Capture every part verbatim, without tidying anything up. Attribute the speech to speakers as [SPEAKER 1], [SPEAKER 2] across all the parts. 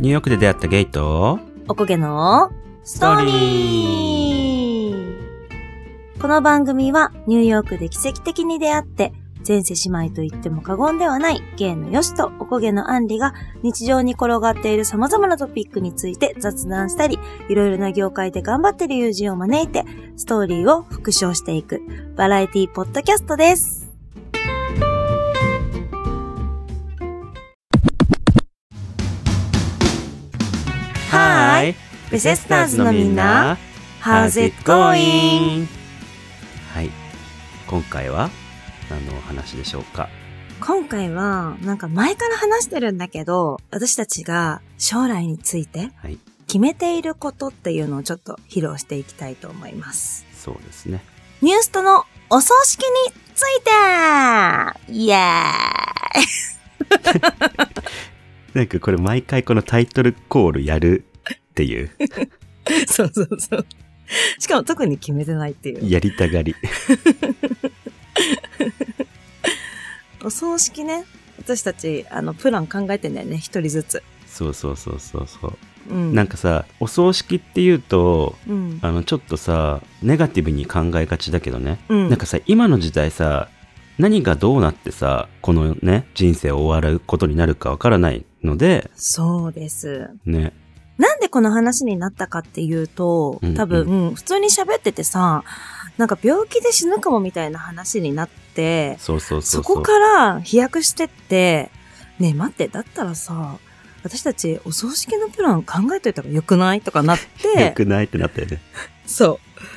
[SPEAKER 1] ニューヨークで出会ったゲイと
[SPEAKER 2] おこげのストーリー。この番組はニューヨークで奇跡的に出会って前世姉妹と言っても過言ではないゲイのヨシとおこげのアンリが日常に転がっている様々なトピックについて雑談したり、いろいろな業界で頑張っている友人を招いてストーリーを復唱していくバラエティポッドキャストです。
[SPEAKER 1] はい、ベセスターズのみんな How's it going? はい、今回は何のお話でしょうか。
[SPEAKER 2] 今回はなんか前から話してるんだけど、私たちが将来について決めていることっていうのをちょっと披露していきたいと思います。
[SPEAKER 1] そうですね。
[SPEAKER 2] ニュースとのお葬式についてイエーイ
[SPEAKER 1] なんかこれ毎回このタイトルコールやるっていう
[SPEAKER 2] そうそうそう。しかも特に決めてないっていう。
[SPEAKER 1] やりたがり。
[SPEAKER 2] お葬式ね。私たちあのプラン考えてんだよね。一人ずつ。
[SPEAKER 1] そうそうそうそうそう。うん、なんかさ、お葬式っていうと、うん、あのちょっとさネガティブに考えがちだけどね、うん、なんかさ今の時代さ何がどうなってさこのね人生を終わることになるかわからないので。
[SPEAKER 2] そうです
[SPEAKER 1] ね。
[SPEAKER 2] なんでこの話になったかっていうと、多分、うんうん、普通に喋っててさ、なんか病気で死ぬかもみたいな話になって、
[SPEAKER 1] そうそうそうそう。
[SPEAKER 2] そこから飛躍してって、ねえ待って、だったらさ、私たちお葬式のプラン考えといた方がよくないとかなって。
[SPEAKER 1] よくないってなったよね。
[SPEAKER 2] そう。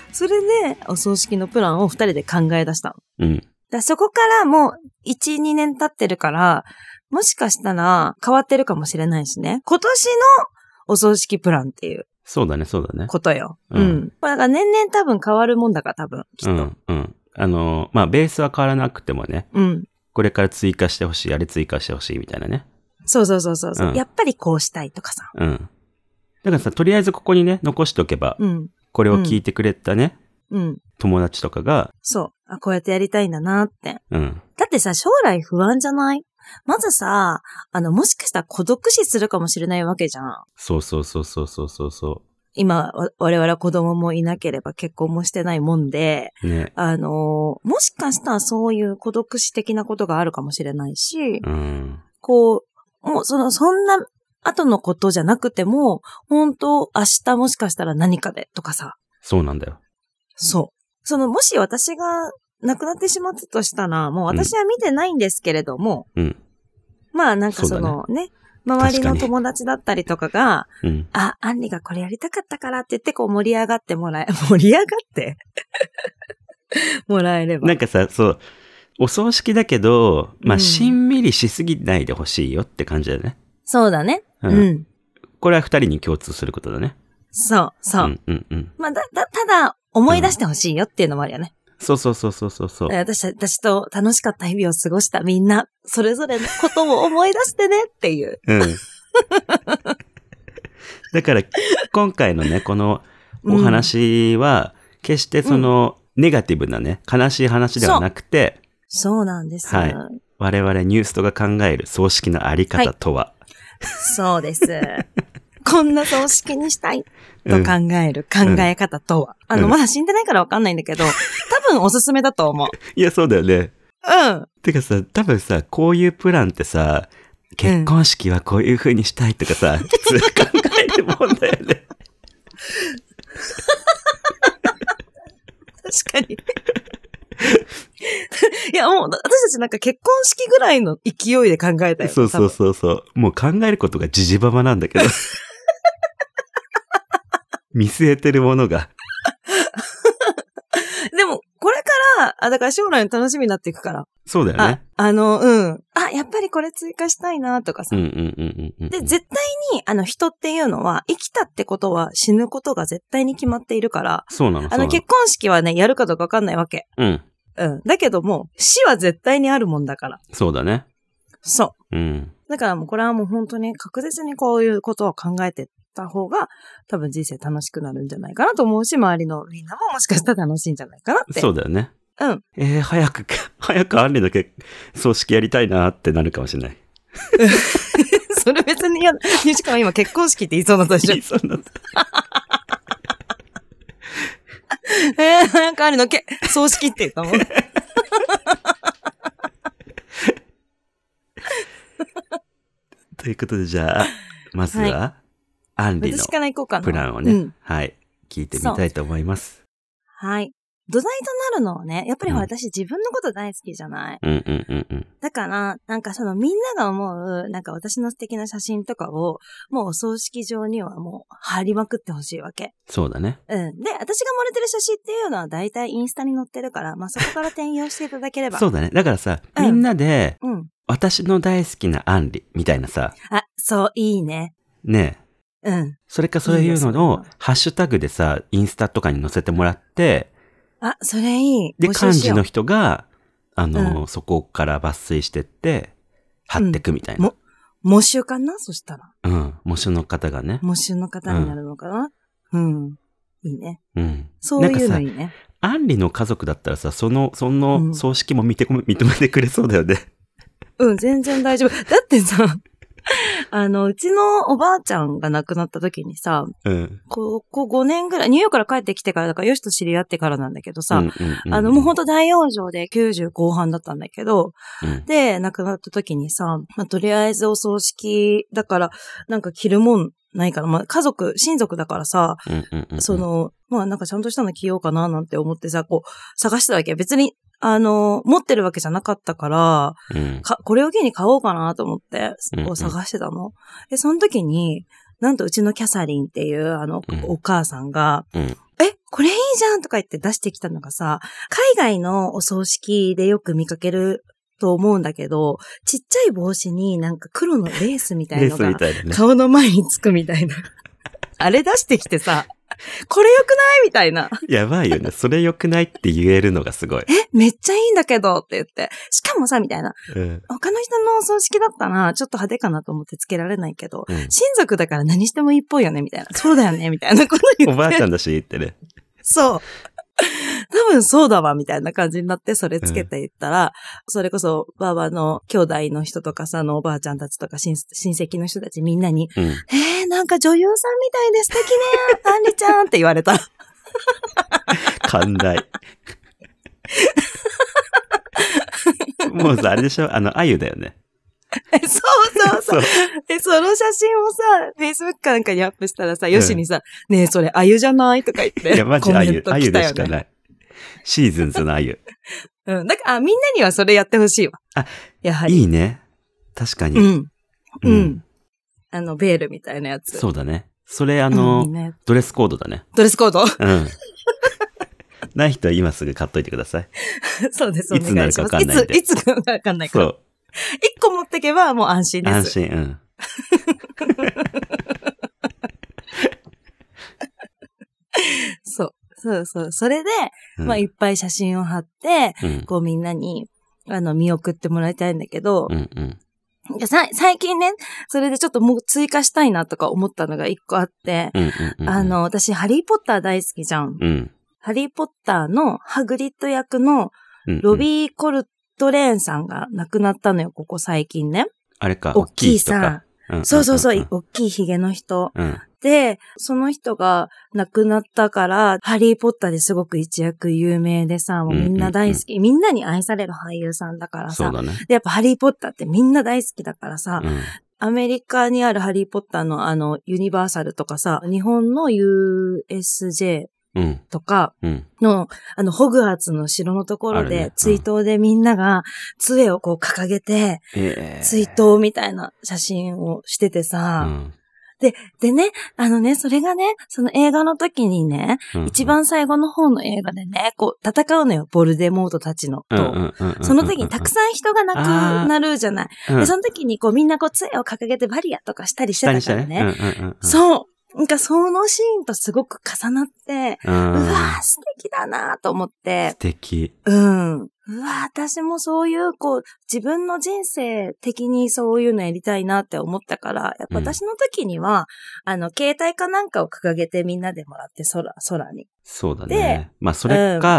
[SPEAKER 2] それでお葬式のプランを二人で考え出したの。
[SPEAKER 1] うん。
[SPEAKER 2] だそこからもういち、にねん経ってるから、もしかしたら変わってるかもしれないしね。今年のお葬式プランっていう。
[SPEAKER 1] そうだね、そうだね。
[SPEAKER 2] ことよ。うん。うん、これだから年々多分変わるもんだから多分、きっと。
[SPEAKER 1] うん、うん。あの、まあ、ベースは変わらなくてもね。うん。これから追加してほしい、あれ追加してほしいみたいなね。
[SPEAKER 2] そうそうそうそう、うん。やっぱりこうしたいとかさ。
[SPEAKER 1] うん。だからさ、とりあえずここにね、残しておけば、うん。これを聞いてくれたね。うん。友達とかが。
[SPEAKER 2] そう。あ、こうやってやりたいんだなって。うん。だってさ、将来不安じゃない？まずさ、あの、もしかしたら孤独死するかもしれないわけじゃん。
[SPEAKER 1] そうそうそうそうそうそうそう。
[SPEAKER 2] 今、我々は子供もいなければ結婚もしてないもんで、ね、あの、もしかしたらそういう孤独死的なことがあるかもしれないし、うん、こう、もうその、そんな後のことじゃなくても、本当明日もしかしたら何かでとかさ。
[SPEAKER 1] そうなんだよ。
[SPEAKER 2] そう。その、もし私が、亡くなってしまったとしたら、もう私は見てないんですけれども、うん、まあなんかその ね, ね、周りの友達だったりとかが、うん、あ、アンリがこれやりたかったからって言ってこう盛り上がってもらえ、盛り上がってもらえれば。
[SPEAKER 1] なんかさ、そう、お葬式だけど、まあ、しんみりしすぎないでほしいよって感じだよね。
[SPEAKER 2] そうだね。うん。うん、こ
[SPEAKER 1] れは二人に共通することだね。
[SPEAKER 2] そう、そう。うんうんうん。まあだ、だ、ただ思い出してほしいよっていうのもあるよね。うん
[SPEAKER 1] そうそうそうそうそうそう。
[SPEAKER 2] 私、私と楽しかった日々を過ごしたみんな、それぞれのことを思い出してねっていう。うん。
[SPEAKER 1] だから、今回のね、このお話は、決してその、うん、ネガティブなね、悲しい話ではなくて、
[SPEAKER 2] そう、そうなんです。
[SPEAKER 1] はい。我々ニュースとが考える葬式のあり方とは。
[SPEAKER 2] はい、そうです。こんな葬式にしたいと考える考え方とは。うん、あの、まだ死んでないからわかんないんだけど、多分おすすめだと思う。
[SPEAKER 1] いや、そうだよね。うん。てかさ、多分さ、こういうプランってさ、結婚式はこういう風にしたいとかさ、うん、普通考えるもんだよね。
[SPEAKER 2] 確かに。いや、もう、私たちなんか結婚式ぐらいの勢いで考えたよ。
[SPEAKER 1] そうそうそうそう。もう考えることがジジババなんだけど。見据えてるものが。
[SPEAKER 2] でも、これから、あ、だから将来の楽しみになっていくから。
[SPEAKER 1] そうだよね。
[SPEAKER 2] あ、あの、うん。あ、やっぱりこれ追加したいなとかさ。うんうんうんうん。で、絶対に、あの、人っていうのは、生きたってことは死ぬことが絶対に決まっているから。
[SPEAKER 1] そうなの。
[SPEAKER 2] あの、結婚式はね、やるかどうかわかんないわけ。
[SPEAKER 1] うん。
[SPEAKER 2] うん。だけども、死は絶対にあるもんだから。
[SPEAKER 1] そうだね。
[SPEAKER 2] そう。
[SPEAKER 1] うん。
[SPEAKER 2] だからもう、これはもう本当に確実にこういうことを考えてた方が、多分人生楽しくなるんじゃないかなと思うし、周りのみんなももしかしたら楽しいんじゃないかなって。
[SPEAKER 1] そうだよね。
[SPEAKER 2] うん。
[SPEAKER 1] えー、早く、早くアンリの葬式やりたいなってなるかもしれない。
[SPEAKER 2] それ別に嫌だ。しかも今結婚式って言いそうになったでしょ。
[SPEAKER 1] 言いそうになった。
[SPEAKER 2] えー、なんかあるのけ、葬式って言ったもん。
[SPEAKER 1] ということで、じゃあ、まずは、アンリのプランをね、うん、はい、聞いてみたいと思います。
[SPEAKER 2] はい。土台となるのはね、やっぱり私自分のこと大好きじゃない、
[SPEAKER 1] うんうんうんうん、
[SPEAKER 2] だから、なんかそのみんなが思う、なんか私の素敵な写真とかを、もうお葬式場にはもう貼りまくってほしいわけ。
[SPEAKER 1] そうだね。
[SPEAKER 2] うん。で、私が盛れてる写真っていうのは大体インスタに載ってるから、まあそこから転用していただければ。
[SPEAKER 1] そうだね。だからさ、みんなで、うん、私の大好きなアンリみたいなさ。
[SPEAKER 2] あ、そう、いいね。
[SPEAKER 1] ね
[SPEAKER 2] え。うん。
[SPEAKER 1] それかそういうのを、ハッシュタグでさ、インスタとかに載せてもらって、
[SPEAKER 2] あ、それいい。
[SPEAKER 1] で、幹事の人が、あの、うん、そこから抜粋してって、貼ってくみたいな。
[SPEAKER 2] うん、も、募集かなそしたら。
[SPEAKER 1] うん。募集の方がね。
[SPEAKER 2] 募集の方になるのかな、うん、うん。いいね。
[SPEAKER 1] うん。
[SPEAKER 2] そういうのいいね。
[SPEAKER 1] アンリの家族だったらさ、その、その葬式も認め、認めてくれそうだよね。
[SPEAKER 2] うん、全然大丈夫。だってさ、あの、うちのおばあちゃんが亡くなった時にさ、うん、ここごねんぐらい、ニューヨークから帰ってきてから、だからよしと知り合ってからなんだけどさ、うんうんうんうん、あの、もうほんと大往生できゅうじゅう後半だったんだけど、うん、で、亡くなった時にさ、まあ、とりあえずお葬式だから、なんか着るもんないかな。まあ、家族、親族だからさ、うんうんうんうん、その、まあなんかちゃんとしたの着ようかななんて思ってさ、こう、探してたわけ。別に、あの、持ってるわけじゃなかったから、うん、かこれを機に買おうかなと思って、こう探してたの。うんうん、で、その時に、なんとうちのキャサリンっていう、あの、うん、お母さんが、うん、え、これいいじゃんとか言って出してきたのがさ、海外のお葬式でよく見かけると思うんだけど、ちっちゃい帽子になんか黒のレースみたいのが顔の前につくみたいな。あれ出してきてさ、これ良くないみたいな。
[SPEAKER 1] やばいよね。それ良くないって言えるのがすごい。
[SPEAKER 2] え、めっちゃいいんだけどって言って。しかもさ、みたいな。うん、他の人のお葬式だったら、ちょっと派手かなと思ってつけられないけど、うん、親族だから何してもいいっぽいよねみたいな。そうだよねみたいなこと言って。
[SPEAKER 1] おばあちゃんだし言ってね。
[SPEAKER 2] そう。多分そうだわ、みたいな感じになって、それつけていったら、うん、それこそ、ばあばの兄弟の人とかさ、のおばあちゃんたちとか親、親戚の人たちみんなに、うん、えー、なんか女優さんみたいで素敵ね、アンリちゃんって言われた。
[SPEAKER 1] 寛大。もうさ、あれでしょあの、あゆだよね。
[SPEAKER 2] そうそうそう。え、その写真をさ、Facebook かなんかにアップしたらさ、よしにさ、うん、ねえ、それあゆじゃないとか言って。
[SPEAKER 1] いや、マジあゆ、あゆでしかない。シーズンズのあゆ。
[SPEAKER 2] うん。だから、あ、みんなにはそれやってほしいわ。
[SPEAKER 1] あ、やはり。いいね。確かに。
[SPEAKER 2] うん。うん。うん、あの、ベールみたいなやつ。
[SPEAKER 1] そうだね。それ、あの、うん、ドレスコードだね。
[SPEAKER 2] ドレスコードうん。
[SPEAKER 1] ない人は今すぐ買っといてください。
[SPEAKER 2] そうです。
[SPEAKER 1] いつになるか分かんないんで。
[SPEAKER 2] いつ、いつか分かんないから。そう。一個持ってけばもう安心です。
[SPEAKER 1] 安心、うん。
[SPEAKER 2] そう。そうそう。それで、うん、まあいっぱい写真を貼って、うん、こうみんなに、あの、見送ってもらいたいんだけど、うんうん、さ最近ね、それでちょっともう追加したいなとか思ったのが一個あって、うんうんうん、あの、私、ハリーポッター大好きじゃん。うん、ハリーポッターのハグリッド役のロビー・コルトレーンさんが亡くなったのよ、ここ最近ね。
[SPEAKER 1] あれか、
[SPEAKER 2] 大きいさ。うん、そうそうそう、大きいヒゲの人。うん、で、その人が亡くなったから、ハリーポッターですごく一躍有名でさ、もうみんな大好き、うんうんうん。みんなに愛される俳優さんだからさ。
[SPEAKER 1] そうだね。
[SPEAKER 2] で、やっぱハリーポッターってみんな大好きだからさ、うん、アメリカにあるハリーポッターのあの、ユニバーサルとかさ、日本の ユーエスジェー、うん、とかの、うん、あの、ホグワーツの城のところで、ねうん、追悼でみんなが杖をこう掲げて、えー、追悼みたいな写真をしててさ、うん、で、でね、あのね、それがね、その映画の時にね、うんうん、一番最後の方の映画でね、こう戦うのよ、ボルデモートたちのと。その時にたくさん人が亡くなるじゃない。で、その時にこうみんなこう杖を掲げてバリアとかしたりしてたからね。そう。なんかそのシーンとすごく重なって、うわぁ、素敵だなと思って。
[SPEAKER 1] 素敵。
[SPEAKER 2] うん。うわぁ、私もそういう、こう、自分の人生的にそういうのやりたいなって思ったから、やっぱ私の時には、うん、あの、携帯かなんかを掲げてみんなでもらって、空、空に。
[SPEAKER 1] そうだね。まあ、それか、うん、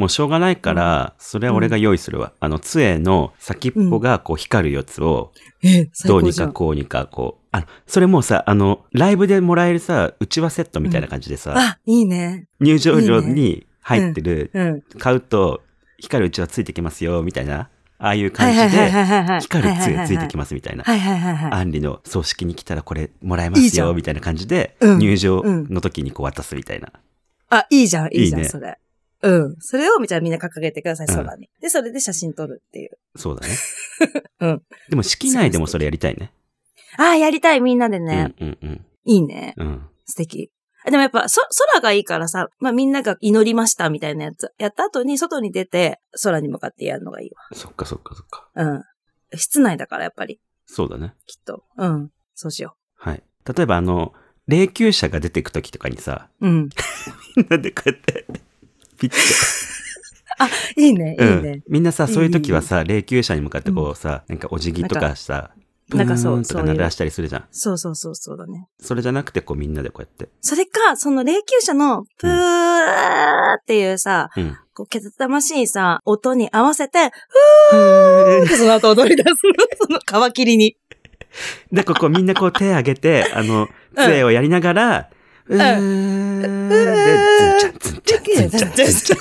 [SPEAKER 1] もうしょうがないから、うん、それは俺が用意するわ。うん、あの、杖の先っぽがこう光るやつを、うん、どうにかこうにかこう。あ、それもうさ、あの、ライブでもらえるさ、うちわセットみたいな感じでさ。
[SPEAKER 2] うん、あ、いいね。
[SPEAKER 1] 入場料に入ってる、いいねうん、買うと光るうちわついてきますよ、みたいな。ああいう感じで、光る杖ついてきますみたいな。アンリの葬式に来たらこれもらえますよ、みたいな感じで、入場の時にこう渡すみたいな。
[SPEAKER 2] あ、いいじゃん、いいじゃん、いいね、それ。うん。それを、じゃあみんな掲げてください、空に。で、それで写真撮るっていう。
[SPEAKER 1] そうだね。うん。でも式内でもそれやりたいね。
[SPEAKER 2] ああ、やりたい、みんなでね。
[SPEAKER 1] うんうんうん。
[SPEAKER 2] いいね。
[SPEAKER 1] うん。
[SPEAKER 2] 素敵。でもやっぱ、そ、空がいいからさ、まあみんなが祈りましたみたいなやつ。やった後に外に出て、空に向かってやるのがいいわ。
[SPEAKER 1] そっかそっかそっか。
[SPEAKER 2] うん。室内だからやっぱり。
[SPEAKER 1] そうだね。
[SPEAKER 2] きっと。うん。そうしよ
[SPEAKER 1] う。はい。例えばあの、霊柩車が出てくときとかにさ、
[SPEAKER 2] うん。
[SPEAKER 1] みんなでこうやって、ピッて。
[SPEAKER 2] あ、いいね、いいね、うん。
[SPEAKER 1] みんなさ、そういうときはさ、霊柩車に向かってこうさ、うん、なんかお辞儀とかさ、なんかそう、とか鳴らしたりするじゃん。
[SPEAKER 2] そうそうそうそうだね。
[SPEAKER 1] それじゃなくて、こうみんなでこうやって。
[SPEAKER 2] それか、その霊柩車のプーっていうさ、うん、こうけたたましいさ、音に合わせて、ふーってその後踊り出すの。その皮切りに。
[SPEAKER 1] で、ここみんなこう手上げて、あの、杖をやりながら、うん、うーで、ズンチャン、ズンチャン、ズンチャン、ズンチャン。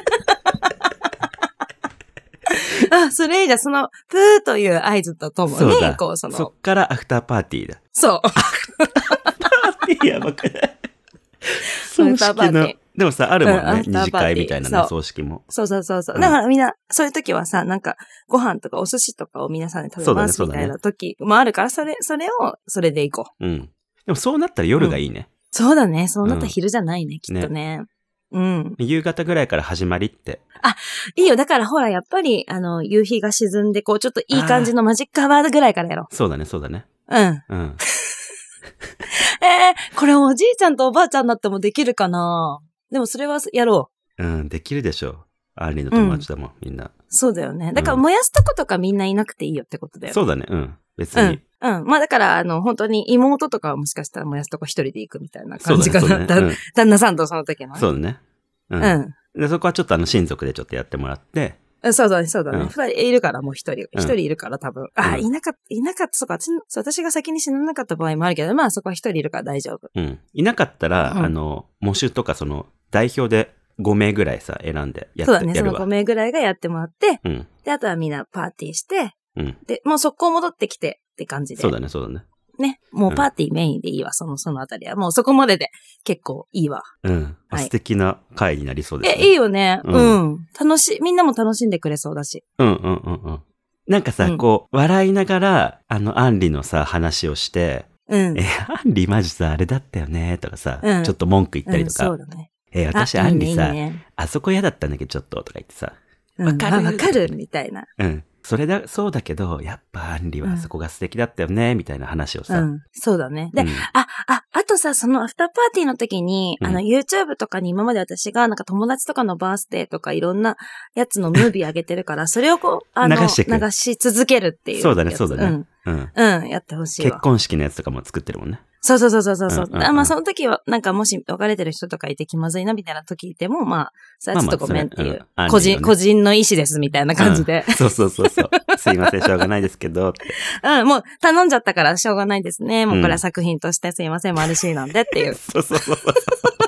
[SPEAKER 2] あ、それいいじゃん。その、プーという合図とともに、こう、その。
[SPEAKER 1] そっからアフターパーティーだ。
[SPEAKER 2] そう。ア
[SPEAKER 1] フターパーティーやばくない？葬式の。でもさ、あるもんね。二次会みたいなね、葬式も。
[SPEAKER 2] そうそうそうそう。だからみんな、そういう時はさ、なんか、ご飯とかお寿司とかを皆さんで食べますみたいな時もあるから、それ、それを、それで行こ
[SPEAKER 1] う。うん。でもそうなったら夜がいいね。
[SPEAKER 2] そうだね。そうなったら昼じゃないね、きっとね。うん。
[SPEAKER 1] 夕方ぐらいから始まりって。
[SPEAKER 2] あ、いいよ。だからほら、やっぱり、あの、夕日が沈んで、こう、ちょっといい感じのマジックアワードぐらいからやろう。
[SPEAKER 1] そうだね、そうだね。
[SPEAKER 2] うん。
[SPEAKER 1] うん。
[SPEAKER 2] えー、これおじいちゃんとおばあちゃんになってもできるかな？でもそれはやろ
[SPEAKER 1] う。うん、できるでしょう。アーリーの友達だもん、うん、みんな。
[SPEAKER 2] そうだよね。だから燃やすとことかみんないなくていいよってことだよね。
[SPEAKER 1] そうだね、うん。別に。
[SPEAKER 2] うん。うん。まあだから、あの、本当に妹とかはもしかしたら燃やすとこ一人で行くみたいな感じかな。ねねうん、旦那さんとその時の、ね。
[SPEAKER 1] そうだね。うん。うん、でそこはちょっとあの親族でちょっとやってもらって。
[SPEAKER 2] そうだね、そうだね。二、うん、人いるからもう一人、一人いるから多分。うん、あ、いなかった、いなかった、そうか、私が先に死ななかった場合もあるけど、まあそこは一人いるから大丈夫。
[SPEAKER 1] うん。いなかったら、うん、あの、喪主とかその、代表でご名ぐらいさ、選んでやって、そうだね、
[SPEAKER 2] そのご名ぐらいがやってもらって、うん。で、あとはみんなパーティーして、うん。で、もう速攻戻ってきてって感じで。
[SPEAKER 1] そうだね、そうだね。
[SPEAKER 2] ね。もうパーティーメインでいいわ、その、そのあたりは。もうそこまでで結構いいわ。
[SPEAKER 1] うん。はい、素敵な回になりそうですね。
[SPEAKER 2] え、いいよね。うん、うん。楽しい、みんなも楽しんでくれそうだし。
[SPEAKER 1] うんうんうんうん。なんかさ、うん、こう、笑いながら、あの、アンリのさ、話をして、うん。え、アンリマジさ、あれだったよね、とかさ、うん、ちょっと文句言ったりとか。うん、そうだね。え、私、アンリさ、いいねいいね、あそこ嫌だったんだけど、ちょっと、とか言ってさ。
[SPEAKER 2] わかるわかるみたいな。
[SPEAKER 1] うん。それだ、そうだけど、やっぱアンリはそこが素敵だったよね、うん、みたいな話をさ。
[SPEAKER 2] うん。そうだね。で、うん、あ、あ、あとさ、そのアフターパーティーの時に、うん、あの、YouTube とかに今まで私が、なんか友達とかのバースデーとかいろんなやつのムービー上げてるから、それをこう、あの、流してく流し続けるっていう。
[SPEAKER 1] そうだね、そうだね。うん。
[SPEAKER 2] うん。うん、やってほしいわ。
[SPEAKER 1] 結婚式のやつとかも作ってるもんね。
[SPEAKER 2] そうそうそうそうそう。うんうんうん、あまあその時は、なんかもし別れてる人とかいて気まずいなみたいな時いても、まあ、それはちょっとごめんっていう、まあまあ個人、ね、個人の意思ですみたいな感じで。
[SPEAKER 1] うん、そうそうそうそう。すいません、しょうがないですけどって。
[SPEAKER 2] うん、もう頼んじゃったからしょうがないですね。もうこれは作品としてすいません、マルシーなんでっていう。
[SPEAKER 1] そうそうそうそう。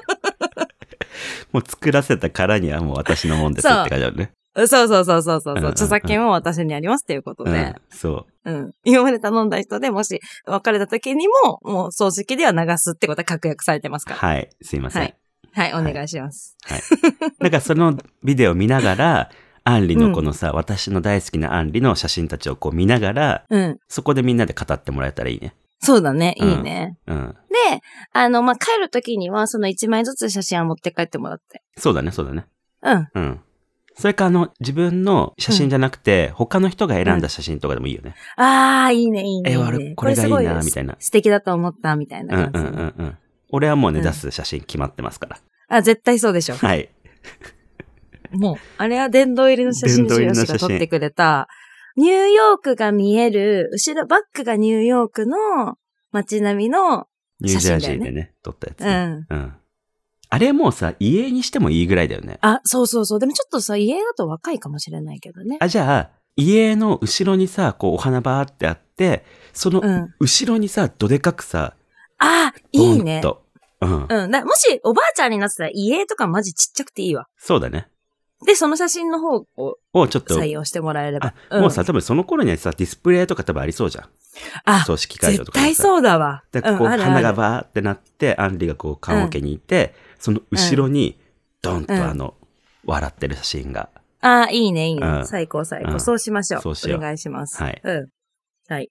[SPEAKER 1] もう作らせたからにはもう私のもんですって感じだよね。
[SPEAKER 2] そうそうそうそうそうそう、うんうんうん。著作権も私にありますっていうことで。うん、
[SPEAKER 1] そう。
[SPEAKER 2] うん。今まで頼んだ人でもし別れた時にも、もう葬式では流すってことは確約されてますから。
[SPEAKER 1] はい。すいません。
[SPEAKER 2] はい。はい、お願いします。
[SPEAKER 1] はい。だからそのビデオ見ながら、アンリのこのさ、うん、私の大好きなアンリの写真たちをこう見ながら、うん、そこでみんなで語ってもらえたらいいね。
[SPEAKER 2] そうだね。いいね。
[SPEAKER 1] うん。うん、
[SPEAKER 2] で、あの、まあ、帰る時にはその一枚ずつ写真は持って帰ってもらって。
[SPEAKER 1] そうだね、そうだね。
[SPEAKER 2] うん。
[SPEAKER 1] うん。それかあの、自分の写真じゃなくて、うん、他の人が選んだ写真とかでもいいよね。
[SPEAKER 2] うん、ああ、いいね、いいね。
[SPEAKER 1] え、俺、これがいいな、みたいな。
[SPEAKER 2] 素敵だと思った、みたいな感じ、ね。
[SPEAKER 1] うんうんうんうん。俺はもうね、うん、出す写真決まってますから。
[SPEAKER 2] あ、絶対そうでしょ。
[SPEAKER 1] はい。
[SPEAKER 2] もう、あれは殿堂入りの写真集よしが撮ってくれた、ニューヨークが見える、後ろバックがニューヨークの街並みの写真だよね。
[SPEAKER 1] ニュージャージーでね、撮ったやつ、ね。うん。うん。 あれもうさ、家にしてもいいぐらいだよね。
[SPEAKER 2] あ、そうそうそう。でもちょっとさ、家だと若いかもしれないけどね。
[SPEAKER 1] あ、じゃあ、家の後ろにさ、こうお花バーってあって、その後ろにさ、どでかくさ、
[SPEAKER 2] あ、いいね。
[SPEAKER 1] うん。
[SPEAKER 2] うん。だもし、おばあちゃんになってたら、家とかマジちっちゃくていいわ。
[SPEAKER 1] そうだね。
[SPEAKER 2] で、その写真の方を、をちょっと採用してもらえれば。
[SPEAKER 1] うん、もうさ、多分その頃にはさ、ディスプレイとか多分ありそうじゃん。
[SPEAKER 2] あ、
[SPEAKER 1] 葬式会場とか。
[SPEAKER 2] 絶対そうだわ。
[SPEAKER 1] で、こう、花がバーってなって、アンリがこう、棺桶にいて、うん、その後ろに、ドンとあの、うん、笑ってる写真が。
[SPEAKER 2] ああ、いいね、いいね。うん、最高最高、うん。そうしましょう。
[SPEAKER 1] そうしよう。
[SPEAKER 2] お願いします。
[SPEAKER 1] はい。
[SPEAKER 2] うん。はい。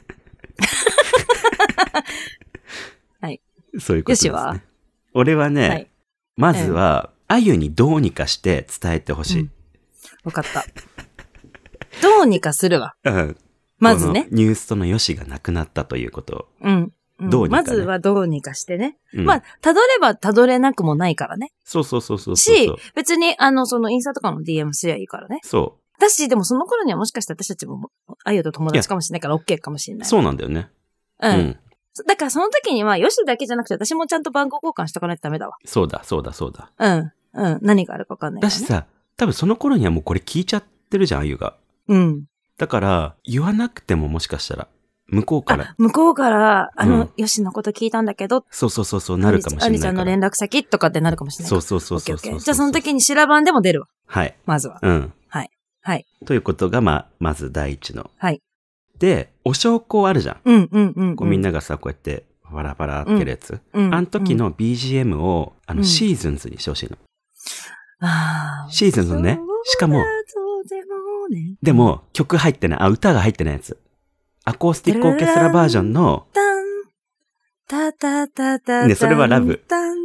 [SPEAKER 2] はい。
[SPEAKER 1] そういうことですね。
[SPEAKER 2] よしは
[SPEAKER 1] 俺はね、はい、まずは、あゆにどうにかして伝えてほしい。わ、
[SPEAKER 2] うん、かった。どうにかするわ。
[SPEAKER 1] うん。
[SPEAKER 2] まずね。
[SPEAKER 1] ニュースとのよしがなくなったということを。
[SPEAKER 2] うん。うん、
[SPEAKER 1] どうにか、ね、
[SPEAKER 2] まずはどうにかしてね。うん、まあ、たどればたどれなくもないからね。
[SPEAKER 1] そうそうそうそうそう。
[SPEAKER 2] し、別に、あの、そのインスタとかの ディーエム すりゃいいからね。
[SPEAKER 1] そう。
[SPEAKER 2] だし、でもその頃にはもしかしたら私たちも、あゆと友達かもしれないから OK かもしれない。
[SPEAKER 1] そうなんだよね。
[SPEAKER 2] うん。うんだからその時には、よしだけじゃなくて私もちゃんと番号交換しとかないとダメだわ。
[SPEAKER 1] そうだ、そうだ、そうだ。
[SPEAKER 2] うん。うん。何があるか分かんない、ね。
[SPEAKER 1] だしさ、多分その頃にはもうこれ聞いちゃってるじゃん、あゆが。
[SPEAKER 2] うん。
[SPEAKER 1] だから、言わなくてももしかしたら、向こうから。
[SPEAKER 2] 向こうから、あの、うん、よしのこと聞いたんだけど。
[SPEAKER 1] そうそうそうそう、なるかもしれないから。
[SPEAKER 2] ありちゃんの連絡先とかってなるかもしれないから。
[SPEAKER 1] そうそうそうそうそう。
[SPEAKER 2] じゃあその時に白番でも出るわ。
[SPEAKER 1] はい。
[SPEAKER 2] まずは。
[SPEAKER 1] うん。
[SPEAKER 2] はい。はい。
[SPEAKER 1] ということが、まあ、まず第一の。
[SPEAKER 2] はい。
[SPEAKER 1] で、お焼香あるじゃん。
[SPEAKER 2] うんうんうん、うん。
[SPEAKER 1] こうみんながさ、こうやって、バラバラってるやつ。うん。あの時の ビージーエム を、あの、シーズンズにしてほしいの。
[SPEAKER 2] ああ。
[SPEAKER 1] シーズンズね。しかも、でも、曲入ってない、あ、歌が入ってないやつ。アコースティックオーケストラバージョンの、
[SPEAKER 2] タタタタ
[SPEAKER 1] ね、それはラブ。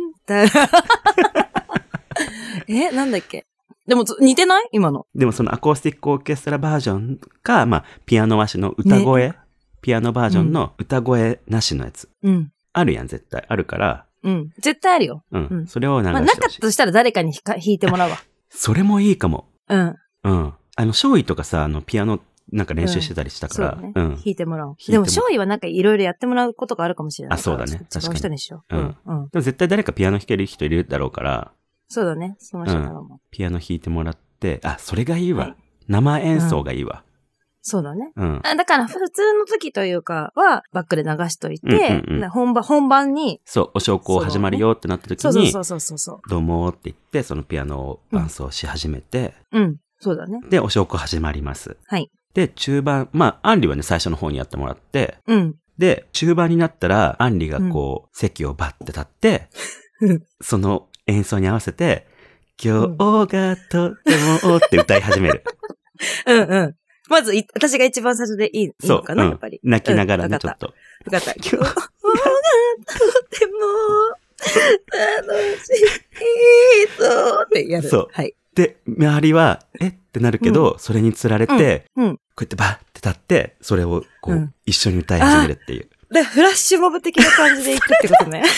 [SPEAKER 2] え、なんだっけでも、似てない今の。
[SPEAKER 1] でもそのアコースティックオーケストラバージョンか、まあ、ピアノなしの歌声、ね、ピアノバージョンの歌声なしのやつ。
[SPEAKER 2] うん。
[SPEAKER 1] あるやん、絶対。あるから。
[SPEAKER 2] うん。絶対あるよ。
[SPEAKER 1] うん。うん、それを流してほしい。
[SPEAKER 2] まあ、なかったとしたら誰かに弾いてもらうわ。
[SPEAKER 1] それもいいかも。
[SPEAKER 2] うん。
[SPEAKER 1] うん。あの、少尉とかさ、あの、ピアノ、なんか練習してたりしたから。うん。
[SPEAKER 2] そうね、
[SPEAKER 1] うん、
[SPEAKER 2] 弾いてもらおう。でも、少尉はなんかいろいろやってもらうことがあるかもしれない。
[SPEAKER 1] あ、そうだね。確かに。
[SPEAKER 2] 違う人にしよう。
[SPEAKER 1] うん。うん。でも絶対誰かピアノ弾ける人いるだろうから。
[SPEAKER 2] そうだね。その人だろうもん。
[SPEAKER 1] ピアノ弾いてもらって、あ、それがいいわ。はい、生演奏がいいわ。うん、
[SPEAKER 2] そうだね。
[SPEAKER 1] うん。
[SPEAKER 2] だから、普通の時というかは、バックで流しといて、うんうんうん、本番、本番に。
[SPEAKER 1] そう、お焼香始まるよってなった時に、
[SPEAKER 2] そうそうそうそう。
[SPEAKER 1] どうもって言って、そのピアノを伴奏し始めて、
[SPEAKER 2] うん、うん、そうだね。
[SPEAKER 1] で、お焼香始まります。
[SPEAKER 2] はい。
[SPEAKER 1] で、中盤、まあ、アンリはね、最初の方にやってもらって、
[SPEAKER 2] うん。
[SPEAKER 1] で、中盤になったら、アンリがこう、うん、席をバッて立って、その演奏に合わせて、今日がとってもって歌い始める。
[SPEAKER 2] うんうん。まず、私が一番最初でいい、いいのかな、うん、やっぱり。
[SPEAKER 1] 泣きながらね、うん、ちょっと。
[SPEAKER 2] よかった。今日がとっても楽しいぞってやる。
[SPEAKER 1] そう。
[SPEAKER 2] はい。
[SPEAKER 1] で、周りは、えってなるけど、うん、それにつられて、
[SPEAKER 2] うんうん、
[SPEAKER 1] こうやってバーって立って、それをこう、うん、一緒に歌い始めるっていう。
[SPEAKER 2] で、フラッシュモブ的な感じでいくってことね。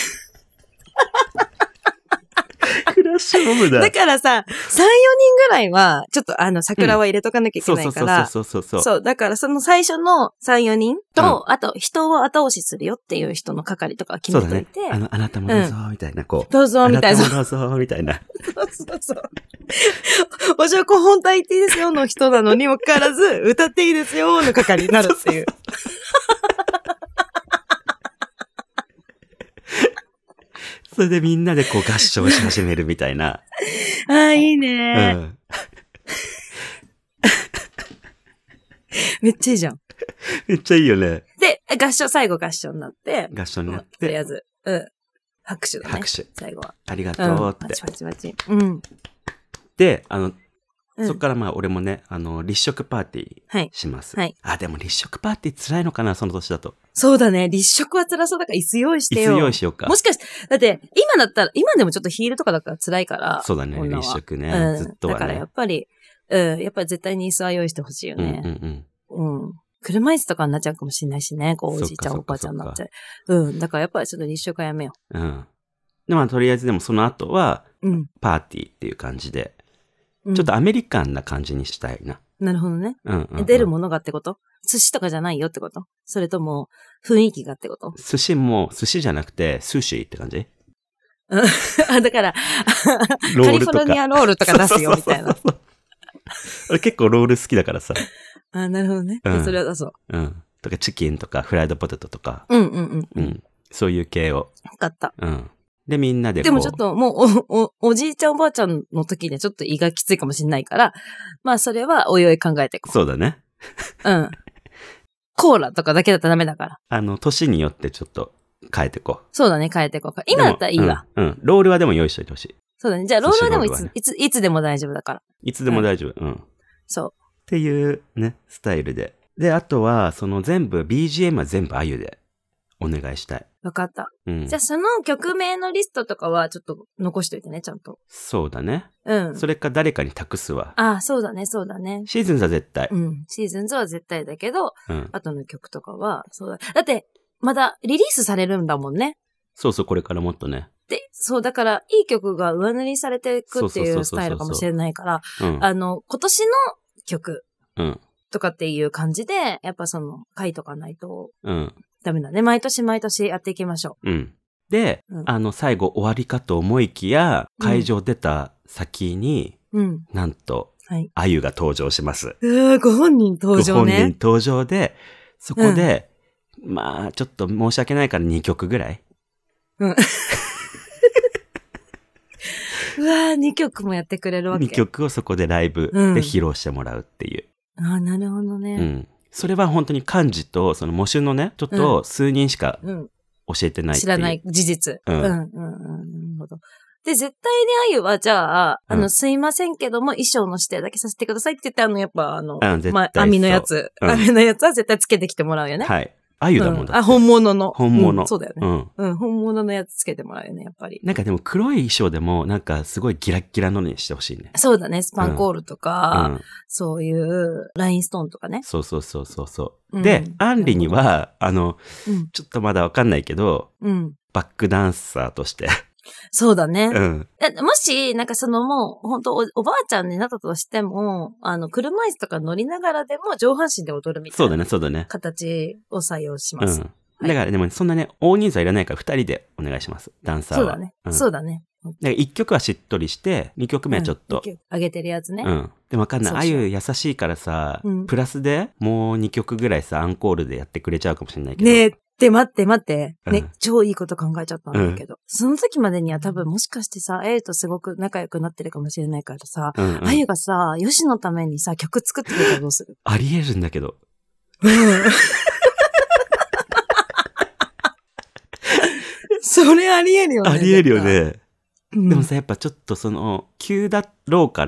[SPEAKER 1] フラッシュモブだ。
[SPEAKER 2] だからさ、さん、よにんぐらいは、ちょっとあの、桜は入れとかなきゃいけないから。
[SPEAKER 1] そうそうそうそうそう。
[SPEAKER 2] そう、だからその最初のさん、よにんと、うん、あと人を後押しするよっていう人の係とか決めといて。
[SPEAKER 1] そうだね。あの、あなたもどうぞ、みたいな、こう。
[SPEAKER 2] どうぞ、みたいな。
[SPEAKER 1] あなたもどうぞ、みたいな。
[SPEAKER 2] そうそうそう。おしょこ本体言っていいですよの人なのにもかかわらず、歌っていいですよの係になるっていう。
[SPEAKER 1] それでみんなでこう合唱し始めるみたいな。
[SPEAKER 2] ああ、いいね、うん。めっちゃいいじゃん。
[SPEAKER 1] めっちゃいいよね。
[SPEAKER 2] で、合唱、最後合唱になって。
[SPEAKER 1] 合唱になって。
[SPEAKER 2] とりあえず、うん。拍手だね。
[SPEAKER 1] 拍手。
[SPEAKER 2] 最後は。
[SPEAKER 1] ありがとうって。
[SPEAKER 2] パチパチパチ。うん。
[SPEAKER 1] で、あの、うん、そっからまあ俺もね、あの、立食パーティーします。
[SPEAKER 2] はい。はい、
[SPEAKER 1] あ、でも立食パーティー辛いのかな、その年だと。
[SPEAKER 2] そうだね。立食は辛そうだから椅子用意してよ。
[SPEAKER 1] 椅子用意しようか。
[SPEAKER 2] もしかして、だって今だったら、今でもちょっとヒールとかだから辛いから。
[SPEAKER 1] そうだね、立食ね、うん。ずっとはね。
[SPEAKER 2] だからやっぱり、うん、やっぱり絶対に椅子は用意してほしいよね。
[SPEAKER 1] うんうんうん。
[SPEAKER 2] うん。車椅子とかになっちゃうかもしれないしね。こう、おじいちゃん、おばあちゃんになっちゃう。うん。だからやっぱりちょっと立食はやめよ
[SPEAKER 1] う。うん。でもとりあえずでもその後は、
[SPEAKER 2] うん、
[SPEAKER 1] パーティーっていう感じで、ちょっとアメリカンな感じにしたいな。
[SPEAKER 2] なるほどね。
[SPEAKER 1] うんうんうん、
[SPEAKER 2] 出るものがってこと？寿司とかじゃないよってこと？それとも雰囲気がってこと？
[SPEAKER 1] 寿司も寿司じゃなくて寿司って感じ？
[SPEAKER 2] あ、だから、カリフォルニアロールとか出すよ、みたいな。
[SPEAKER 1] 俺結構ロール好きだからさ。
[SPEAKER 2] あ、なるほどね。うん、それは出そう。
[SPEAKER 1] うん。とかチキンとかフライドポテトとか。
[SPEAKER 2] うんうんうん。うん。
[SPEAKER 1] そういう系を。
[SPEAKER 2] よかった。
[SPEAKER 1] うん。で、みんなでこう。
[SPEAKER 2] でもちょっともうお、お、おじいちゃんおばあちゃんの時でちょっと胃がきついかもしれないから、まあそれはおいおい考えていこう。
[SPEAKER 1] そうだね。
[SPEAKER 2] うん。コーラとかだけだったらダメだから。
[SPEAKER 1] あの、年によってちょっと変えていこう。
[SPEAKER 2] そうだね、変えていこうか。今だったらいいわ。
[SPEAKER 1] うん、うん。ロールはでも用意しといてほしい。
[SPEAKER 2] そうだね。じゃあロールはでもいつ、ね、いつ、いつでも大丈夫だから。
[SPEAKER 1] いつでも大丈夫。うん。うん、
[SPEAKER 2] そう。
[SPEAKER 1] っていうね、スタイルで。で、あとは、その全部、ビージーエム は全部あゆでお願いしたい。
[SPEAKER 2] わかった。
[SPEAKER 1] うん。
[SPEAKER 2] じゃあその曲名のリストとかはちょっと残しといてね、ちゃんと。
[SPEAKER 1] そうだね。
[SPEAKER 2] うん。
[SPEAKER 1] それか誰かに託すわ。
[SPEAKER 2] ああ、そうだね、そうだね。
[SPEAKER 1] シーズンズは絶対。
[SPEAKER 2] うん。シーズンズは絶対だけど、
[SPEAKER 1] うん。
[SPEAKER 2] 後の曲とかは、そうだ。だって、まだリリースされるんだもんね。
[SPEAKER 1] そうそう、これからもっとね。
[SPEAKER 2] で、そう、だから、いい曲が上塗りされていくっていうスタイルかもしれないから、あの、今年の曲。
[SPEAKER 1] うん。
[SPEAKER 2] とかっていう感じで、やっぱその、書いとかないと、
[SPEAKER 1] うん。
[SPEAKER 2] ダメだね。毎年毎年やっていきましょ
[SPEAKER 1] う。うん。で、うん、あの、最後終わりかと思いきや、会場出た先に、うん、なんと、はい。あゆが登場します。
[SPEAKER 2] うー、ご本人登場ね。
[SPEAKER 1] ご本人登場で、そこで、うん、まあ、ちょっと申し訳ないからにきょくぐらい。うん。
[SPEAKER 2] うわー、にきょくもやってくれるわけ。
[SPEAKER 1] にきょくをそこでライブで披露してもらうっていう。
[SPEAKER 2] うん、ああ、なるほどね。
[SPEAKER 1] うん。それは本当に漢字と、その模試のね、ちょっと数人しか教えてないっていう、
[SPEAKER 2] うん、知らない事実。うん。うん、うん、うん。なるほど。で、絶対にあゆは、じゃあ、あの、うん、すいませんけども、衣装の指定だけさせてくださいって言って、あの、やっぱ、あの、
[SPEAKER 1] うん、
[SPEAKER 2] まあ、網のやつ、うん、網のやつは絶対つけてきてもらうよね。
[SPEAKER 1] はい。あゆだもんだ、
[SPEAKER 2] うん。あ、本物の。
[SPEAKER 1] 本物、
[SPEAKER 2] うん。そうだよね。うん。うん、本物のやつつけてもらうよね、やっぱり。
[SPEAKER 1] なんかでも黒い衣装でも、なんかすごいギラッギラのにしてほしいね。
[SPEAKER 2] そうだね、スパンコールとか、うん、そういうラインストーンとかね。
[SPEAKER 1] そうそうそうそうそう。うん、で、アンリには、あの、うん、ちょっとまだわかんないけど、うん、バックダンサーとして。
[SPEAKER 2] そうだね。
[SPEAKER 1] うん。
[SPEAKER 2] もし、なんかそのもう、本当 お, おばあちゃんになったとしても、あの、車椅子とか乗りながらでも上半身で踊るみたいな。そうだね、そうだね。形を採用します。うん。
[SPEAKER 1] だからでもそんなね、大人数はいらないから二人でお願いします。ダンサーは。
[SPEAKER 2] そうだね。うん、そうだね。
[SPEAKER 1] だから一曲はしっとりして、二曲目はちょっと。
[SPEAKER 2] うん、上げてるやつね。
[SPEAKER 1] うん。でもわかんない。あゆ優しいからさ、うん、プラスでもう二曲ぐらいさ、アンコールでやってくれちゃうかもしれないけど。
[SPEAKER 2] ねえ。で、待って待って。ね、うん、超いいこと考えちゃったんだけど。うん、その時までには多分もしかしてさ、エイとすごく仲良くなってるかもしれないからさ、うんうん、あゆがさ、ヨシのためにさ、曲作ってくれたらどうする？
[SPEAKER 1] あり得るんだけど。
[SPEAKER 2] うん。それあり得るよね。
[SPEAKER 1] あり得るよね。うん、でもさ、やっぱちょっとその、急だろうから。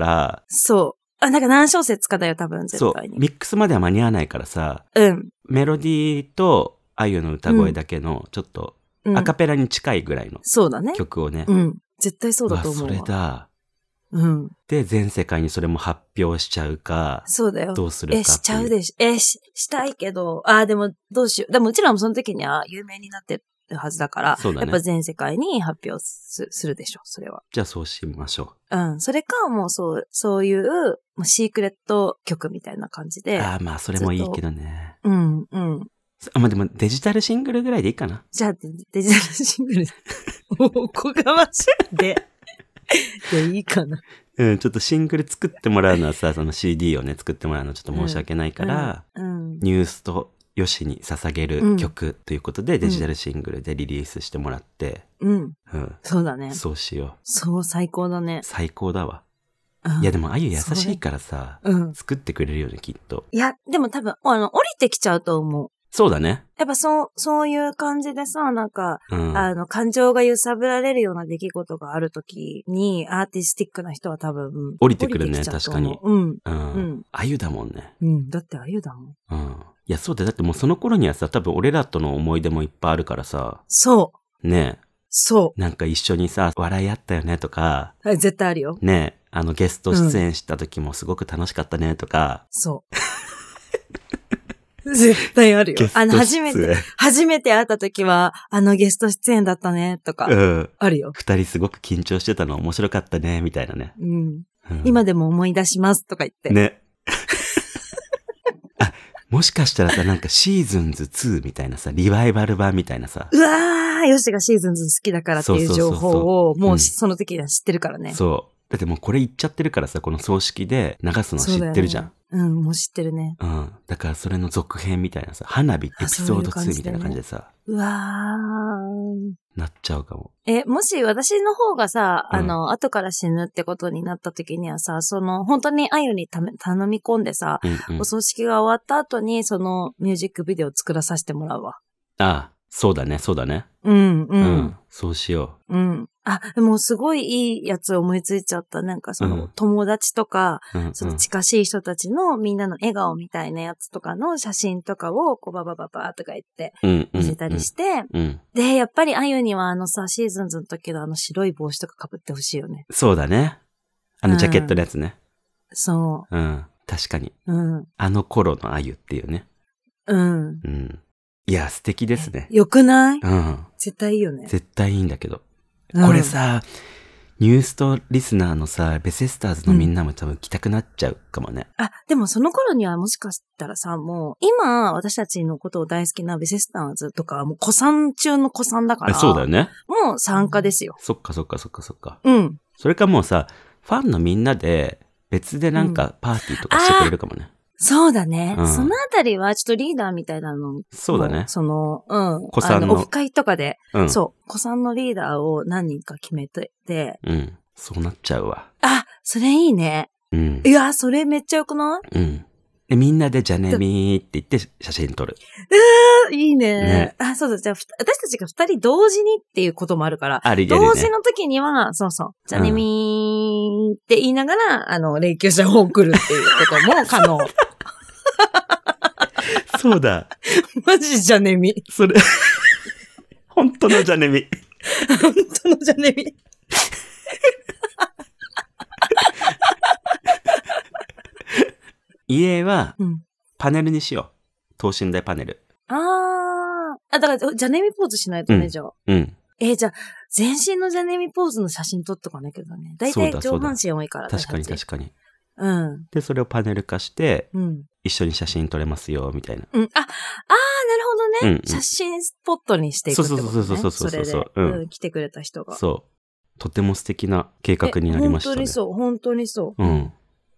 [SPEAKER 2] そう。あ、なんか何小節かだよ、多分、絶対に。
[SPEAKER 1] そう。ミックスまでは間に合わないからさ。
[SPEAKER 2] うん。
[SPEAKER 1] メロディーと、あゆの歌声だけの、ちょっと、アカペラに近いぐらいの、
[SPEAKER 2] そうだね。
[SPEAKER 1] 曲をね。
[SPEAKER 2] うん。絶対そうだと思うわ。
[SPEAKER 1] それだ。
[SPEAKER 2] うん。
[SPEAKER 1] で、全世界にそれも発表しちゃうか。
[SPEAKER 2] そうだよ。
[SPEAKER 1] どうするか。
[SPEAKER 2] え、しちゃうでし、え、し、したいけど、あ、でも、どうしよう。でも、うちらもその時には有名になってるはずだから、そうだね。やっぱ全世界に発表 す, するでしょ、それは。
[SPEAKER 1] じゃあそうしましょ
[SPEAKER 2] う。うん。それか、もうそう、そういう、もうシークレット曲みたいな感じで。
[SPEAKER 1] ああ、まあ、それもいいけどね。
[SPEAKER 2] うん、うん。
[SPEAKER 1] あ、まあ、でもデジタルシングルぐらいでいいかな。
[SPEAKER 2] じゃあデ、デジタルシングル。おこがましいで。で、いいかな。
[SPEAKER 1] うん、ちょっとシングル作ってもらうのはさ、その シーディー をね、作ってもらうのはちょっと申し訳ないから、うんうん、ニュースとヨシに捧げる曲ということで、うん、デジタルシングルでリリースしてもらって。
[SPEAKER 2] うん。うん。そうだね。
[SPEAKER 1] そうしよう。
[SPEAKER 2] そう、最高だね。
[SPEAKER 1] 最高だわ。いやでもあゆ優しいからさ、うん、作ってくれるよね、きっと。
[SPEAKER 2] いや、でも多分、あの、降りてきちゃうと思う。
[SPEAKER 1] そうだね。
[SPEAKER 2] やっぱそう、そういう感じでさ、なんか、うん、あの、感情が揺さぶられるような出来事があるときに、アーティスティックな人は多分、
[SPEAKER 1] 降りてくるね、確かに。
[SPEAKER 2] うん。
[SPEAKER 1] うん。あゆだもんね。
[SPEAKER 2] うん。だってあゆだもん。
[SPEAKER 1] うん。いや、そうだよ。だってもうその頃にはさ、多分俺らとの思い出もいっぱいあるからさ。
[SPEAKER 2] そう。
[SPEAKER 1] ねえ。
[SPEAKER 2] そう。
[SPEAKER 1] なんか一緒にさ、笑いあったよねとか。
[SPEAKER 2] はい、絶対あるよ。
[SPEAKER 1] ねえ。あの、ゲスト出演した時もすごく楽しかったねとか。
[SPEAKER 2] うん、そう。絶対あるよ。あの、初めて、初めて会った時は、あのゲスト出演だったね、とか。うん。あるよ。
[SPEAKER 1] 二人すごく緊張してたの面白かったね、みたいなね。
[SPEAKER 2] うん。うん、今でも思い出します、とか言って。
[SPEAKER 1] ね。あ、もしかしたらさ、なんかシーズンズツーみたいなさ、リバイバル版みたいなさ。
[SPEAKER 2] うわーあ、ヨシがシーズンズ好きだからっていう情報を、もうその時には知ってるからね。
[SPEAKER 1] そう。だってもうこれ言っちゃってるからさ、この葬式で流すの知ってるじゃん。
[SPEAKER 2] う, ね、うん、もう知ってるね。
[SPEAKER 1] うん。だからそれの続編みたいなさ、花火エピソードツーみたいな感じでさ。
[SPEAKER 2] う, うわー。
[SPEAKER 1] なっちゃうかも。
[SPEAKER 2] え、もし私の方がさ、あの、うん、後から死ぬってことになった時にはさ、その、本当にあゆにため頼み込んでさ、うんうん、お葬式が終わった後に、そのミュージックビデオを作らさせてもらうわ。
[SPEAKER 1] ああ、そうだね、そうだね。
[SPEAKER 2] うん、うん。うん、
[SPEAKER 1] そうしよ
[SPEAKER 2] う。うん。あ、でもすごいいいやつ思いついちゃった。なんかその、うん、友達とか、うんうん、その近しい人たちのみんなの笑顔みたいなやつとかの写真とかを、こうババババとか言って見せたりして、
[SPEAKER 1] うんうんうん、
[SPEAKER 2] で、やっぱりあゆにはあのさ、シーズンズの時のあの白い帽子とか被ってほしいよね。
[SPEAKER 1] そうだね。あのジャケットのやつね。
[SPEAKER 2] うん、そう。
[SPEAKER 1] うん。確かに。
[SPEAKER 2] うん。
[SPEAKER 1] あの頃のあゆっていうね。
[SPEAKER 2] うん。
[SPEAKER 1] うん。いや、素敵ですね。
[SPEAKER 2] よくない？
[SPEAKER 1] うん。
[SPEAKER 2] 絶対いいよね。
[SPEAKER 1] 絶対いいんだけど。これさ、うん、ニューストリスナーのさ、ベセスターズのみんなも多分来たくなっちゃうかもね。
[SPEAKER 2] うん、あ、でもその頃にはもしかしたらさ、もう、今、私たちのことを大好きなベセスターズとか、もう古参中の古参だから。
[SPEAKER 1] そうだよね。
[SPEAKER 2] もう参加ですよ。
[SPEAKER 1] そっかそっかそっかそっか。
[SPEAKER 2] うん。
[SPEAKER 1] それかもうさ、ファンのみんなで、別でなんかパーティーとかしてくれるかもね。
[SPEAKER 2] うん、そうだね、うん。そのあたりはちょっとリーダーみたいなの。
[SPEAKER 1] そうだね。
[SPEAKER 2] その、うん。
[SPEAKER 1] 古参の。
[SPEAKER 2] オフ会とかで、うん、そう。古参のリーダーを何人か決めてて。
[SPEAKER 1] うん。そうなっちゃうわ。
[SPEAKER 2] あ、それいいね。
[SPEAKER 1] うん。
[SPEAKER 2] いや、それめっちゃよくない？
[SPEAKER 1] うん。で、みんなでじゃねみーって言って写真撮る。
[SPEAKER 2] うー、いいね。ね。あ、そうだ。じゃあ、私たちが二人同時にっていうこともあるから。
[SPEAKER 1] あり
[SPEAKER 2] ね、同時の時には、そうそう。じゃねみーって言いながら、うん、あの、霊柩車を送るっていうことも可能。
[SPEAKER 1] そうだ。
[SPEAKER 2] マジじゃねみ。
[SPEAKER 1] それ、本当のじゃねみ。
[SPEAKER 2] 本当のじゃねみ。
[SPEAKER 1] 家は、パネルにしよう。等身大パネル。
[SPEAKER 2] あー。あ、だから、じゃねみポーズしないとね、うん、じゃあ。
[SPEAKER 1] うん。
[SPEAKER 2] えー、じゃあ、全身のじゃねみポーズの写真撮っとかなきゃだね。だいたい上半身多いから。
[SPEAKER 1] 確かに確かに。
[SPEAKER 2] うん。
[SPEAKER 1] で、それをパネル化して、
[SPEAKER 2] うん、
[SPEAKER 1] 一緒に写真撮れますよ、みたいな。
[SPEAKER 2] うん。あ、あー、なるほどね。うんうん、写真スポットにしていくってことね。
[SPEAKER 1] そうそうそうそうそうそう。
[SPEAKER 2] それで、うん、来てくれた人が。
[SPEAKER 1] そう。とても素敵な計画になりましたね。
[SPEAKER 2] 本当にそう、本当にそう。
[SPEAKER 1] うん。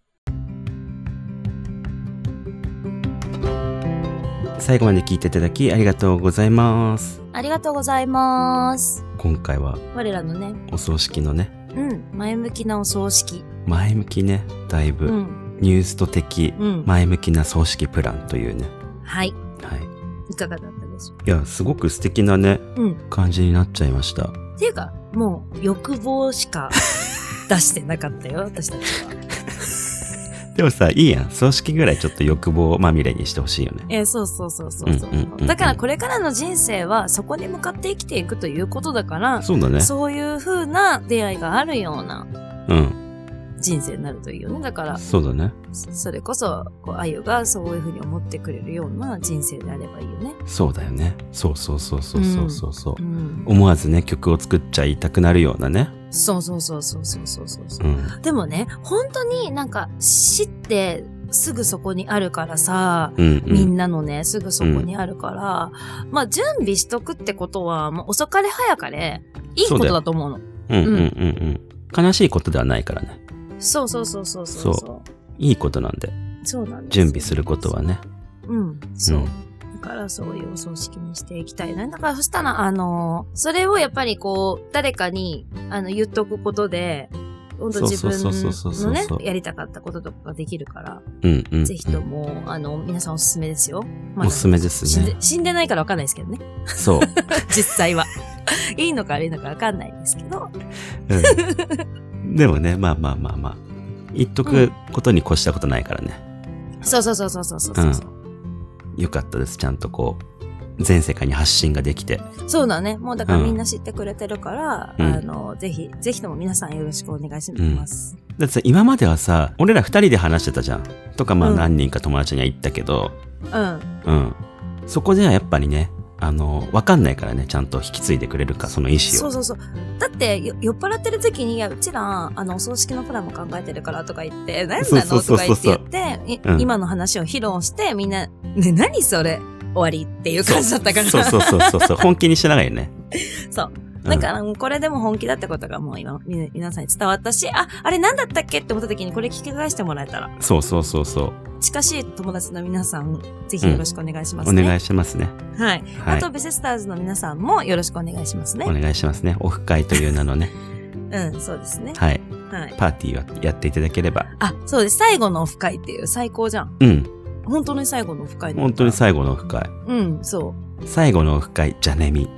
[SPEAKER 1] 最後まで聞いていただきありがとうございます。
[SPEAKER 2] ありがとうございます。
[SPEAKER 1] 今回は、
[SPEAKER 2] 我らのね、
[SPEAKER 1] お葬式のね。
[SPEAKER 2] うん、前向きなお葬式。
[SPEAKER 1] 前向きね、だいぶ。うん、ニュースト的、前向きな葬式プランというね。
[SPEAKER 2] はい。
[SPEAKER 1] はい。
[SPEAKER 2] いかがだったでしょうか。
[SPEAKER 1] いや、すごく素敵なね、うん、感じになっちゃいました。
[SPEAKER 2] っていうか、もう欲望しか出してなかったよ、私たちは。
[SPEAKER 1] でもさ、いいやん。葬式ぐらいちょっと欲望まみれにしてほしいよね。
[SPEAKER 2] えー、そうそうそうそうそう、うんうんうんうん。だからこれからの人生はそこに向かって生きていくということだから、
[SPEAKER 1] そうだね。
[SPEAKER 2] そういう風な出会いがあるような、
[SPEAKER 1] うん。
[SPEAKER 2] 人生になるといいよね。だから、
[SPEAKER 1] そうだね。
[SPEAKER 2] それこそ、こう、あゆがそういう風に思ってくれるような人生であればいいよね。
[SPEAKER 1] そうだよね。そうそうそうそうそうそうそう、うん、思わずね、曲を作っちゃいたくなるようなね。
[SPEAKER 2] そうそうそうそうそうそうそう、うん。でもね、本当になんか死ってすぐそこにあるからさ、うんうん、みんなのね、すぐそこにあるから、うん、まあ準備しとくってことは、もう遅かれ早かれ、いいことだと思うの。
[SPEAKER 1] ううんうんうんうん。悲しいことではないからね。
[SPEAKER 2] そうそうそうそうそう。
[SPEAKER 1] そう。いいことなんで。
[SPEAKER 2] そうなんです。
[SPEAKER 1] 準備することはね。
[SPEAKER 2] うん、そう。うんだからそういうお葬式にしていきたいな。だからそしたら、あのー、それをやっぱりこう、誰かに、あの、言っとくことで、本当自分のね、やりたかったこととかができるから、
[SPEAKER 1] うんうんうん、
[SPEAKER 2] ぜひとも、あの、皆さんおすすめですよ。
[SPEAKER 1] ま、おすすめですね
[SPEAKER 2] 死んで。死んでないからわかんないですけどね。
[SPEAKER 1] そう。
[SPEAKER 2] 実際は。いいのか悪いのかわかんないですけど。
[SPEAKER 1] うん、でもね、まあまあまあまあ、言っとくことに越したことないからね。
[SPEAKER 2] うん、そうそうそうそうそうそうそう。うん
[SPEAKER 1] よかったです。ちゃんとこう、全世界に発信ができて。
[SPEAKER 2] そうだね。もうだからみんな知ってくれてるから、うん、あの、ぜひ、ぜひとも皆さんよろしくお願いします。
[SPEAKER 1] うん、だってさ、今まではさ、俺ら二人で話してたじゃん。とかまあ何人か友達には言ったけど、
[SPEAKER 2] うん。
[SPEAKER 1] うん。そこではやっぱりね、あの、わかんないからね、ちゃんと引き継いでくれるか、その意思を。
[SPEAKER 2] そうそうそう。だって、酔っ払ってる時に、いや、うちら、あの、お葬式のプランも考えてるからとか言って、何なのとか言って言って、うん、今の話を披露して、みんな、ね、何それ終わりっていう感じだったから。
[SPEAKER 1] そうそうそうそうそう。本気にしてないよね。
[SPEAKER 2] そう。なんか、うん、これでも本気だってことがもう今、み、皆さんに伝わったし、あ、あれなんだったっけって思った時にこれ聞き返してもらえたら。
[SPEAKER 1] そうそうそうそう。
[SPEAKER 2] 近しい友達の皆さん、ぜひよろしくお願いしますね。
[SPEAKER 1] うん、お願いしますね。
[SPEAKER 2] はい。はい、あと、ベセスターズの皆さんもよろしくお願いしますね。
[SPEAKER 1] お願いしますね。オフ会という名のね。
[SPEAKER 2] うん、そうですね。
[SPEAKER 1] はい。はい。パーティーをやっていただければ。
[SPEAKER 2] あ、そうです。最後のオフ会っていう最高じゃん。
[SPEAKER 1] うん。
[SPEAKER 2] 本当に最後のオフ会。
[SPEAKER 1] 本当に最後のオフ会。
[SPEAKER 2] うん、そう。
[SPEAKER 1] 最後のオフ会、じゃねみ。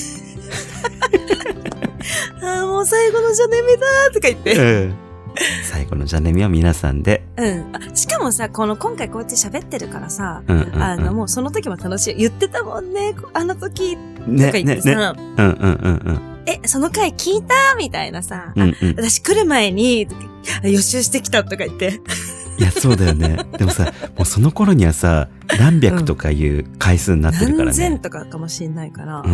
[SPEAKER 2] ああ、もう最後のじゃねみだーとか言って。うん。
[SPEAKER 1] 最後のじゃねみは皆さんで。
[SPEAKER 2] うん。あ、しかもさ、この今回こうやって喋ってるからさ、うんうんうん、あの、もうその時も楽しい。言ってたもんね、あの時、とか言ってさ。ねねね、
[SPEAKER 1] うんうんうんうん。
[SPEAKER 2] え、その回聞いたみたいなさ、うんうん、私来る前に、予習してきたとか言って。
[SPEAKER 1] いや、そうだよね。でもさ、もうその頃にはさ、何百とかいう回数になってるからね。
[SPEAKER 2] 何千とかかもしれないから。
[SPEAKER 1] うんうん。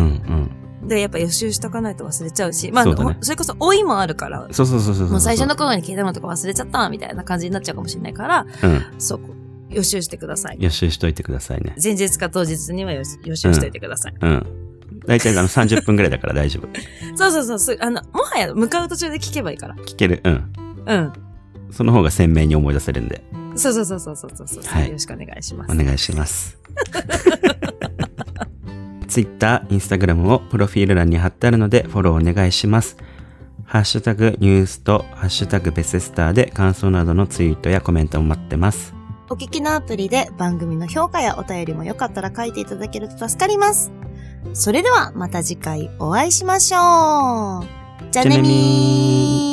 [SPEAKER 2] で、やっぱ予習しとかないと忘れちゃうし、まあ、そ, ね、それこそ老いもあるから。
[SPEAKER 1] そうそうそうそうそう。
[SPEAKER 2] もう最初の頃に聞いたのとか忘れちゃったみたいな感じになっちゃうかもしれないから、うん。そう、予習してください。
[SPEAKER 1] 予習しといてくださいね。
[SPEAKER 2] 前日か当日には予習しといてください。
[SPEAKER 1] うん。うん、大体あのさんじゅっぷんぐらいだから大丈夫。
[SPEAKER 2] そうそうそう。あの、もはや向かう途中で聞けばいいから。
[SPEAKER 1] 聞ける。うん。
[SPEAKER 2] うん。
[SPEAKER 1] その方が鮮明に思い出せるんで。
[SPEAKER 2] そうそうそうそうそうそうそう、はい。よろしくお願いします。
[SPEAKER 1] お願いします。Twitter、Instagram をプロフィール欄に貼ってあるのでフォローお願いします。ハッシュタグニュースとハッシュタグベセスターで感想などのツイートやコメントも待ってます。
[SPEAKER 2] お聞きのアプリで番組の評価やお便りもよかったら書いていただけると助かります。それではまた次回お会いしましょう。じゃねみー。